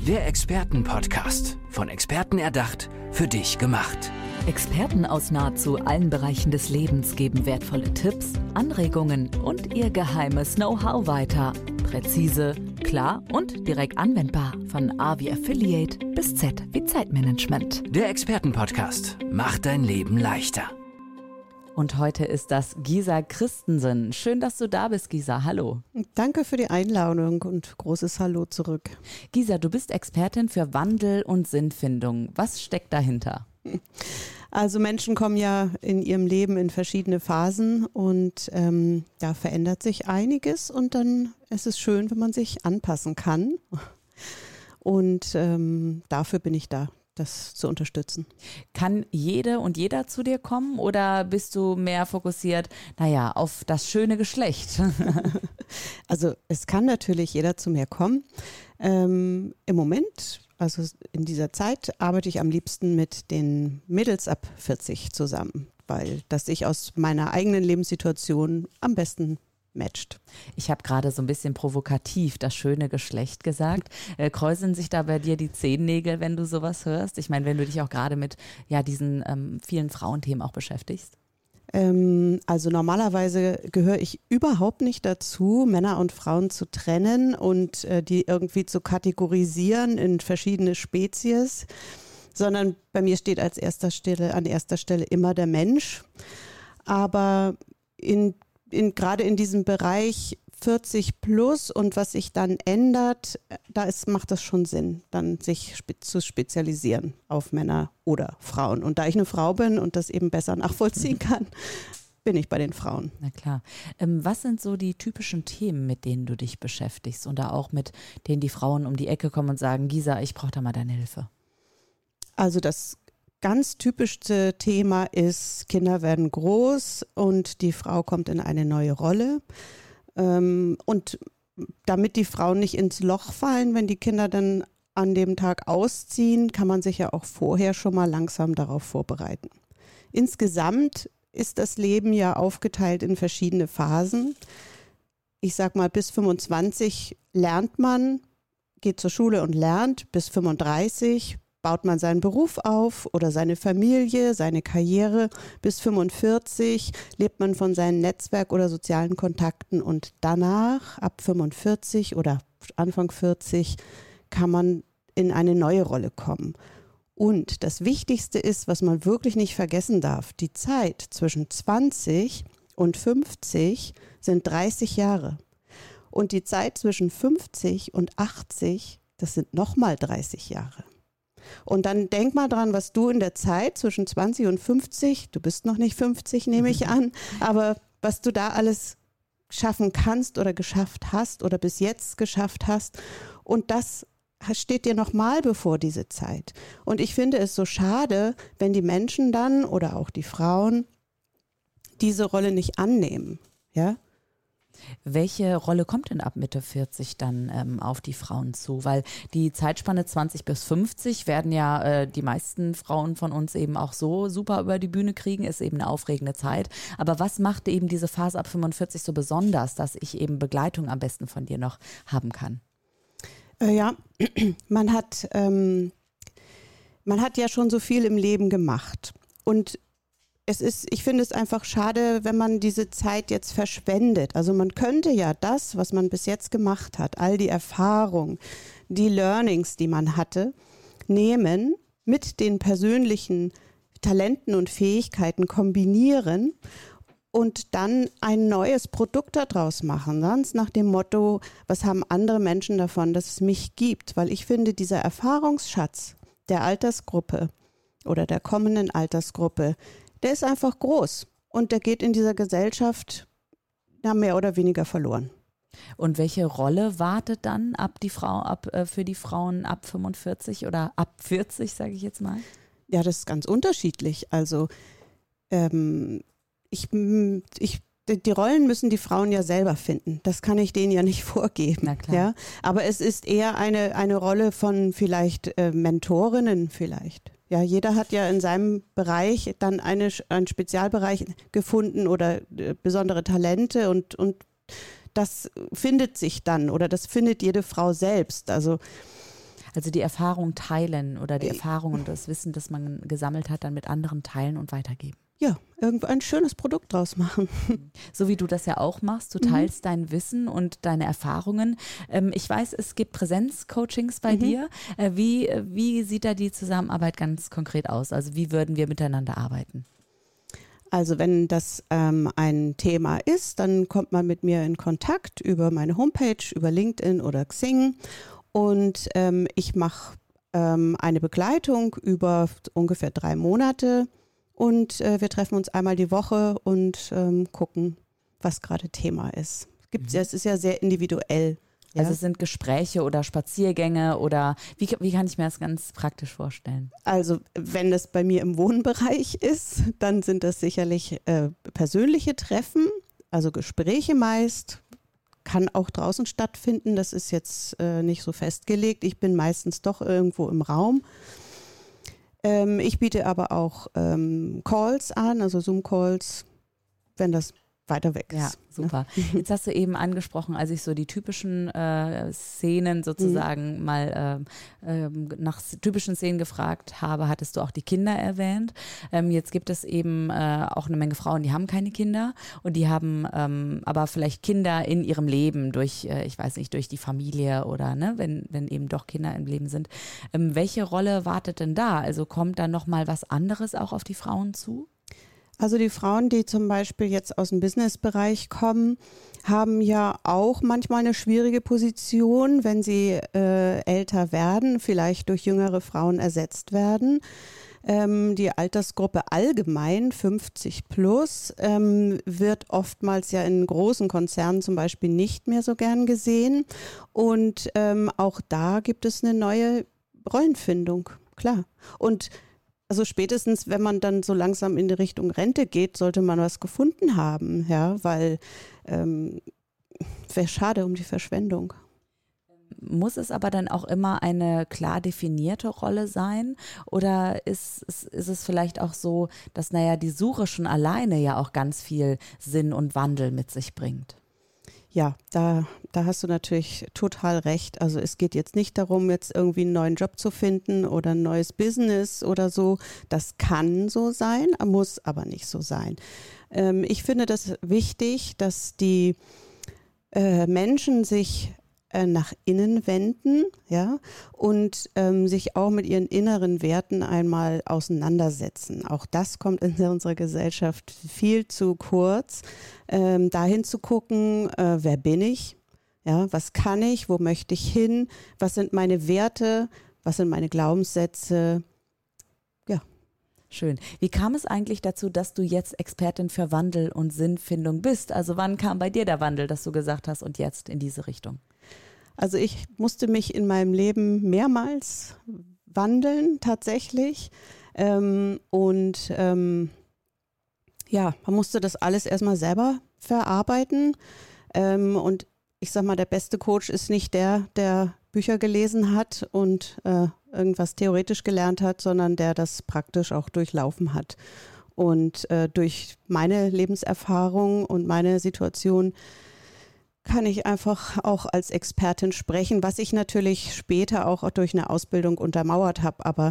Der Expertenpodcast. Von Experten erdacht, für dich gemacht. Experten aus nahezu allen Bereichen des Lebens geben wertvolle Tipps, Anregungen und ihr geheimes Know-how weiter. Präzise, klar und direkt anwendbar. Von A wie Affiliate bis Z wie Zeitmanagement. Der Expertenpodcast macht dein Leben leichter. Und heute ist das Gisa Christensen. Schön, dass du da bist, Gisa. Hallo. Danke für die Einladung und großes Hallo zurück. Gisa, du bist Expertin für Wandel und Sinnfindung. Was steckt dahinter? Also Menschen kommen ja in ihrem Leben in verschiedene Phasen und da verändert sich einiges und dann ist es schön, wenn man sich anpassen kann. Und dafür bin ich da, das zu unterstützen. Kann jede und jeder zu dir kommen oder bist du mehr fokussiert, auf das schöne Geschlecht? Also es kann natürlich jeder zu mir kommen. Im Moment, also in dieser Zeit, arbeite ich am liebsten mit den Mädels ab 40 zusammen, weil das sich aus meiner eigenen Lebenssituation am besten matcht. Ich habe gerade so ein bisschen provokativ das schöne Geschlecht gesagt. Kräuseln sich da bei dir die Zehennägel, wenn du sowas hörst? Ich meine, wenn du dich auch gerade mit diesen vielen Frauenthemen auch beschäftigst. Also normalerweise gehöre ich überhaupt nicht dazu, Männer und Frauen zu trennen und die irgendwie zu kategorisieren in verschiedene Spezies, sondern bei mir steht an erster Stelle immer der Mensch. Aber gerade in diesem Bereich 40 plus und was sich dann ändert, macht das schon Sinn, dann sich zu spezialisieren auf Männer oder Frauen. Und da ich eine Frau bin und das eben besser nachvollziehen kann, bin ich bei den Frauen. Na klar. Was sind so die typischen Themen, mit denen du dich beschäftigst und da auch mit denen die Frauen um die Ecke kommen und sagen, Gisa, ich brauche da mal deine Hilfe? Also das ganz typischste Thema ist, Kinder werden groß und die Frau kommt in eine neue Rolle. Und damit die Frauen nicht ins Loch fallen, wenn die Kinder dann an dem Tag ausziehen, kann man sich ja auch vorher schon mal langsam darauf vorbereiten. Insgesamt ist das Leben ja aufgeteilt in verschiedene Phasen. Ich sag mal, bis 25 lernt man, geht zur Schule und lernt, bis 35 baut man seinen Beruf auf oder seine Familie, seine Karriere. Bis 45 lebt man von seinem Netzwerk oder sozialen Kontakten und danach, ab 45 oder Anfang 40, kann man in eine neue Rolle kommen. Und das Wichtigste ist, was man wirklich nicht vergessen darf, die Zeit zwischen 20 und 50 sind 30 Jahre. Und die Zeit zwischen 50 und 80, das sind nochmal 30 Jahre. Und dann denk mal dran, was du in der Zeit zwischen 20 und 50, du bist noch nicht 50, nehme ich an, aber was du da alles schaffen kannst oder geschafft hast oder bis jetzt geschafft hast. Und das steht dir nochmal bevor, diese Zeit. Und ich finde es so schade, wenn die Menschen dann oder auch die Frauen diese Rolle nicht annehmen, ja? Welche Rolle kommt denn ab Mitte 40 dann auf die Frauen zu? Weil die Zeitspanne 20 bis 50 werden ja die meisten Frauen von uns eben auch so super über die Bühne kriegen, ist eben eine aufregende Zeit. Aber was macht eben diese Phase ab 45 so besonders, dass ich eben Begleitung am besten von dir noch haben kann? Man hat ja schon so viel im Leben gemacht und ich finde es einfach schade, wenn man diese Zeit jetzt verschwendet. Also man könnte ja das, was man bis jetzt gemacht hat, all die Erfahrung, die Learnings, die man hatte, nehmen, mit den persönlichen Talenten und Fähigkeiten kombinieren und dann ein neues Produkt daraus machen. Ganz nach dem Motto, was haben andere Menschen davon, dass es mich gibt? Weil ich finde, dieser Erfahrungsschatz der Altersgruppe oder der kommenden Altersgruppe, der ist einfach groß und der geht in dieser Gesellschaft mehr oder weniger verloren. Und welche Rolle wartet dann für die Frauen ab 45 oder ab 40, sage ich jetzt mal? Ja, das ist ganz unterschiedlich. Also die Rollen müssen die Frauen ja selber finden. Das kann ich denen ja nicht vorgeben. Na klar. Ja? Aber es ist eher eine Rolle von vielleicht Mentorinnen vielleicht. Ja, jeder hat ja in seinem Bereich dann einen Spezialbereich gefunden oder besondere Talente und das findet sich dann oder das findet jede Frau selbst. Also Also die Erfahrung teilen oder die Erfahrung und das Wissen, das man gesammelt hat, dann mit anderen teilen und weitergeben. Ja, irgendwo ein schönes Produkt draus machen. So wie du das ja auch machst, du teilst dein Wissen und deine Erfahrungen. Ich weiß, es gibt Präsenzcoachings bei dir. Wie sieht da die Zusammenarbeit ganz konkret aus? Also wie würden wir miteinander arbeiten? Also wenn das ein Thema ist, dann kommt man mit mir in Kontakt über meine Homepage, über LinkedIn oder Xing und ich mache eine Begleitung über ungefähr 3 Monate. Und wir treffen uns einmal die Woche und gucken, was gerade Thema ist. Es ist ja sehr individuell. Ja? Also es sind Gespräche oder Spaziergänge oder wie kann ich mir das ganz praktisch vorstellen? Also wenn das bei mir im Wohnbereich ist, dann sind das sicherlich persönliche Treffen, also Gespräche meist. Kann auch draußen stattfinden, das ist jetzt nicht so festgelegt. Ich bin meistens doch irgendwo im Raum. Ich biete aber auch Calls an, also Zoom-Calls, wenn das weiter weg ist. Ja, super. Jetzt hast du eben angesprochen, als ich so die typischen Szenen sozusagen mal nach typischen Szenen gefragt habe, hattest du auch die Kinder erwähnt. Jetzt gibt es eben auch eine Menge Frauen, die haben keine Kinder und die haben aber vielleicht Kinder in ihrem Leben durch, ich weiß nicht, durch die Familie oder ne, wenn eben doch Kinder im Leben sind. Welche Rolle wartet denn da? Also kommt da nochmal was anderes auch auf die Frauen zu? Also die Frauen, die zum Beispiel jetzt aus dem Businessbereich kommen, haben ja auch manchmal eine schwierige Position, wenn sie älter werden, vielleicht durch jüngere Frauen ersetzt werden. Die Altersgruppe allgemein, 50 plus, wird oftmals ja in großen Konzernen zum Beispiel nicht mehr so gern gesehen. Und auch da gibt es eine neue Rollenfindung, klar. Und also spätestens, wenn man dann so langsam in die Richtung Rente geht, sollte man was gefunden haben, ja, weil wäre schade um die Verschwendung. Muss es aber dann auch immer eine klar definierte Rolle sein oder ist es vielleicht auch so, dass die Suche schon alleine ja auch ganz viel Sinn und Wandel mit sich bringt? Ja, da hast du natürlich total recht. Also es geht jetzt nicht darum, jetzt irgendwie einen neuen Job zu finden oder ein neues Business oder so. Das kann so sein, muss aber nicht so sein. Ich finde das wichtig, dass die Menschen sich nach innen wenden, ja, und sich auch mit ihren inneren Werten einmal auseinandersetzen. Auch das kommt in unserer Gesellschaft viel zu kurz. Dahin zu gucken, wer bin ich, ja, was kann ich, wo möchte ich hin, was sind meine Werte, was sind meine Glaubenssätze, ja. Schön. Wie kam es eigentlich dazu, dass du jetzt Expertin für Wandel und Sinnfindung bist? Also wann kam bei dir der Wandel, dass du gesagt hast und jetzt in diese Richtung? Also ich musste mich in meinem Leben mehrmals wandeln tatsächlich ja, man musste das alles erstmal selber verarbeiten und ich sag mal, der beste Coach ist nicht der Bücher gelesen hat und irgendwas theoretisch gelernt hat, sondern der das praktisch auch durchlaufen hat. Und durch meine Lebenserfahrung und meine Situation kann ich einfach auch als Expertin sprechen, was ich natürlich später auch durch eine Ausbildung untermauert habe, aber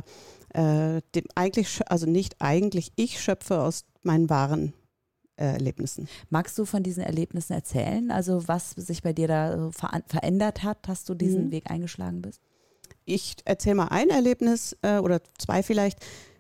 ich schöpfe aus meinen wahren Erlebnissen. Magst du von diesen Erlebnissen erzählen? Also was sich bei dir da verändert hat, dass du diesen Weg eingeschlagen bist? Ich erzähle mal ein Erlebnis oder 2 vielleicht.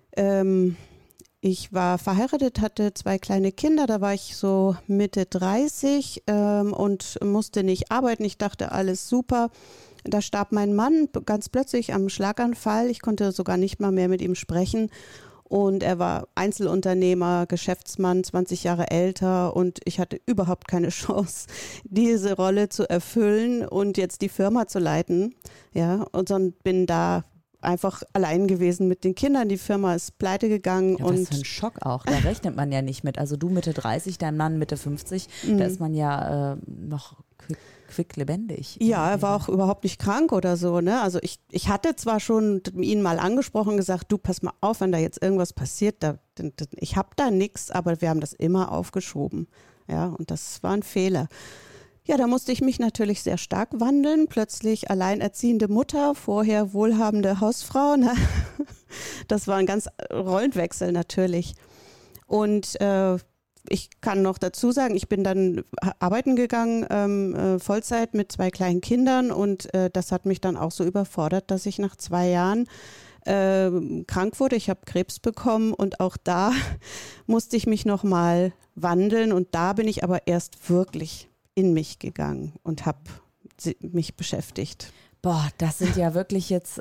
Ich war verheiratet, hatte 2 kleine Kinder, da war ich so Mitte 30 und musste nicht arbeiten. Ich dachte, alles super. Da starb mein Mann ganz plötzlich am Schlaganfall. Ich konnte sogar nicht mal mehr mit ihm sprechen. Und er war Einzelunternehmer, Geschäftsmann, 20 Jahre älter und ich hatte überhaupt keine Chance, diese Rolle zu erfüllen und jetzt die Firma zu leiten. Ja, und dann bin da einfach allein gewesen mit den Kindern. Die Firma ist pleite gegangen. Ja, was für ein Schock auch. Da rechnet man ja nicht mit. Also du Mitte 30, dein Mann Mitte 50, da ist man ja noch quicklebendig. Ja, er war auch überhaupt nicht krank oder so. Ne? Also ich hatte zwar schon ihn mal angesprochen und gesagt, du pass mal auf, wenn da jetzt irgendwas passiert, ich habe da nichts, aber wir haben das immer aufgeschoben. Ja, und das war ein Fehler. Ja, da musste ich mich natürlich sehr stark wandeln. Plötzlich alleinerziehende Mutter, vorher wohlhabende Hausfrau. Ne? Das war ein ganz Rollenwechsel natürlich. Und ich kann noch dazu sagen, ich bin dann arbeiten gegangen, Vollzeit mit 2 kleinen Kindern und das hat mich dann auch so überfordert, dass ich nach 2 Jahren krank wurde. Ich habe Krebs bekommen und auch da musste ich mich nochmal wandeln und da bin ich aber erst wirklich in mich gegangen und habe mich beschäftigt. Boah, das sind ja wirklich jetzt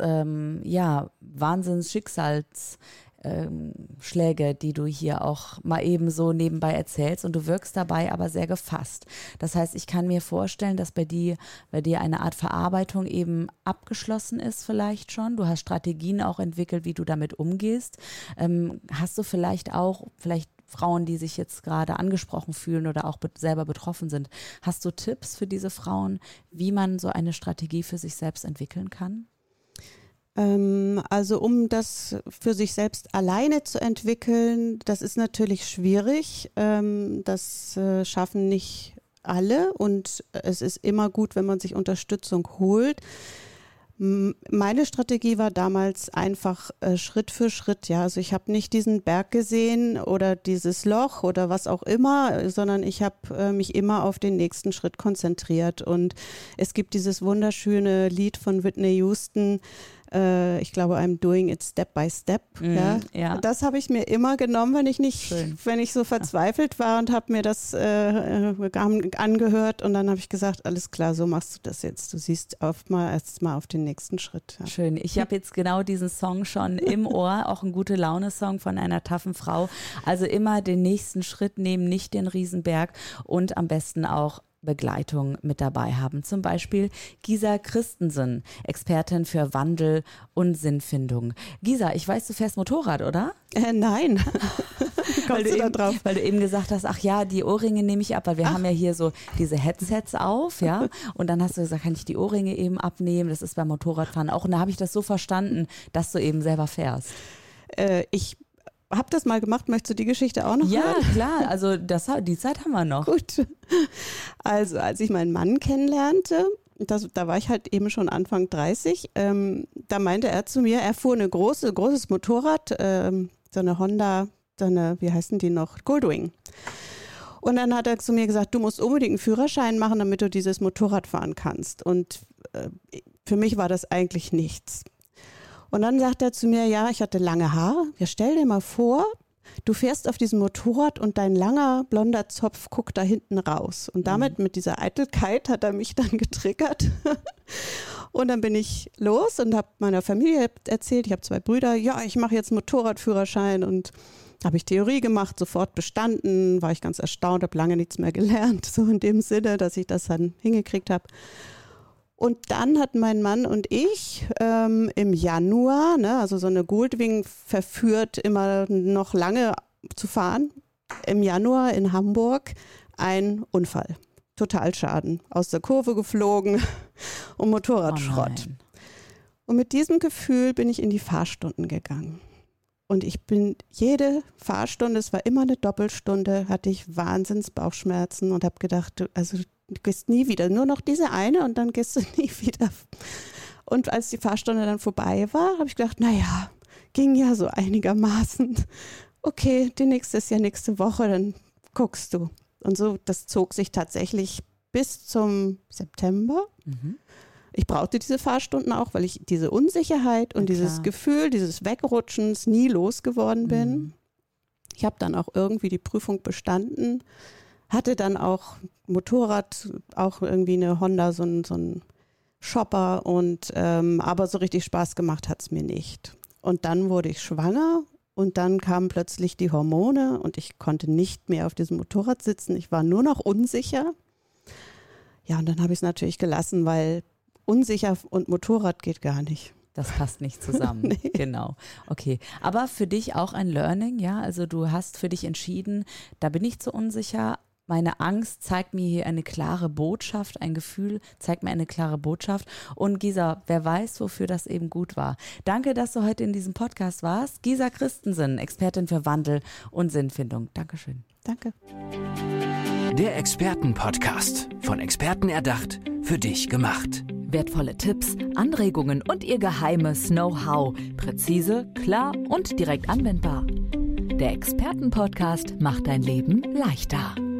Wahnsinns-Schicksalsschläge, die du hier auch mal eben so nebenbei erzählst und du wirkst dabei aber sehr gefasst. Das heißt, ich kann mir vorstellen, dass bei dir eine Art Verarbeitung eben abgeschlossen ist vielleicht schon. Du hast Strategien auch entwickelt, wie du damit umgehst. Hast du vielleicht Frauen, die sich jetzt gerade angesprochen fühlen oder auch selber betroffen sind, hast du Tipps für diese Frauen, wie man so eine Strategie für sich selbst entwickeln kann? Also um das für sich selbst alleine zu entwickeln, das ist natürlich schwierig. Das schaffen nicht alle und es ist immer gut, wenn man sich Unterstützung holt. Meine Strategie war damals einfach Schritt für Schritt, ja. Also ich habe nicht diesen Berg gesehen oder dieses Loch oder was auch immer, sondern ich habe mich immer auf den nächsten Schritt konzentriert. Und es gibt dieses wunderschöne Lied von Whitney Houston, ich glaube, I'm doing it step by step. Ja. Das habe ich mir immer genommen, wenn ich so verzweifelt war und habe mir das angehört und dann habe ich gesagt, alles klar, so machst du das jetzt. Du siehst erst mal auf den nächsten Schritt. Ja. Schön. Ich habe jetzt genau diesen Song schon im Ohr, auch ein Gute-Laune-Song von einer taffen Frau. Also immer den nächsten Schritt nehmen, nicht den Riesenberg und am besten auch Begleitung mit dabei haben. Zum Beispiel Gisa Christensen, Expertin für Wandel und Sinnfindung. Gisa, ich weiß, du fährst Motorrad, oder? Nein. Weil du eben gesagt hast, ach ja, die Ohrringe nehme ich ab, weil wir haben ja hier so diese Headsets auf, ja. Und dann hast du gesagt, kann ich die Ohrringe eben abnehmen? Das ist beim Motorradfahren auch. Und da habe ich das so verstanden, dass du eben selber fährst. Ich habe das mal gemacht. Möchtest du die Geschichte auch noch hören? Ja, klar. Also die Zeit haben wir noch. Gut. Also als ich meinen Mann kennenlernte, da war ich halt eben schon Anfang 30, da meinte er zu mir, er fuhr ein großes Motorrad, so eine Honda, wie heißen die noch? Goldwing. Und dann hat er zu mir gesagt, du musst unbedingt einen Führerschein machen, damit du dieses Motorrad fahren kannst. Und für mich war das eigentlich nichts. Und dann sagt er zu mir, ja, ich hatte lange Haare. Ja, stell dir mal vor, du fährst auf diesem Motorrad und dein langer blonder Zopf guckt da hinten raus. Und damit, mit dieser Eitelkeit, hat er mich dann getriggert. Und dann bin ich los und habe meiner Familie erzählt, ich habe 2 Brüder, ja, ich mache jetzt Motorradführerschein und habe ich Theorie gemacht, sofort bestanden, war ich ganz erstaunt, habe lange nichts mehr gelernt, so in dem Sinne, dass ich das dann hingekriegt habe. Und dann hatten mein Mann und ich im Januar, also so eine Goldwing verführt, immer noch lange zu fahren, im Januar in Hamburg ein Unfall. Totalschaden. Aus der Kurve geflogen und Motorradschrott. Und mit diesem Gefühl bin ich in die Fahrstunden gegangen. Und ich bin jede Fahrstunde, es war immer eine Doppelstunde, hatte ich Wahnsinns Bauchschmerzen und habe gedacht, du gehst nie wieder, nur noch diese eine und dann gehst du nie wieder. Und als die Fahrstunde dann vorbei war, habe ich gedacht, naja, ging ja so einigermaßen. Okay, die nächste ist ja nächste Woche, dann guckst du. Und so, das zog sich tatsächlich bis zum September. Mhm. Ich brauchte diese Fahrstunden auch, weil ich diese Unsicherheit und dieses Gefühl, dieses Wegrutschens nie losgeworden bin. Mhm. Ich habe dann auch irgendwie die Prüfung bestanden. Hatte dann auch Motorrad, auch irgendwie eine Honda, so ein Shopper und aber so richtig Spaß gemacht hat es mir nicht. Und dann wurde ich schwanger und dann kamen plötzlich die Hormone und ich konnte nicht mehr auf diesem Motorrad sitzen. Ich war nur noch unsicher. Ja, und dann habe ich es natürlich gelassen, weil unsicher und Motorrad geht gar nicht. Das passt nicht zusammen. Nee. Genau. Okay. Aber für dich auch ein Learning, ja? Also du hast für dich entschieden, da bin ich zu unsicher. Meine Angst zeigt mir hier eine klare Botschaft, ein Gefühl zeigt mir eine klare Botschaft. Und Gisa, wer weiß, wofür das eben gut war. Danke, dass du heute in diesem Podcast warst. Gisa Christensen, Expertin für Wandel und Sinnfindung. Dankeschön. Danke. Der Expertenpodcast, von Experten erdacht, für dich gemacht. Wertvolle Tipps, Anregungen und ihr geheimes Know-how. Präzise, klar und direkt anwendbar. Der Expertenpodcast macht dein Leben leichter.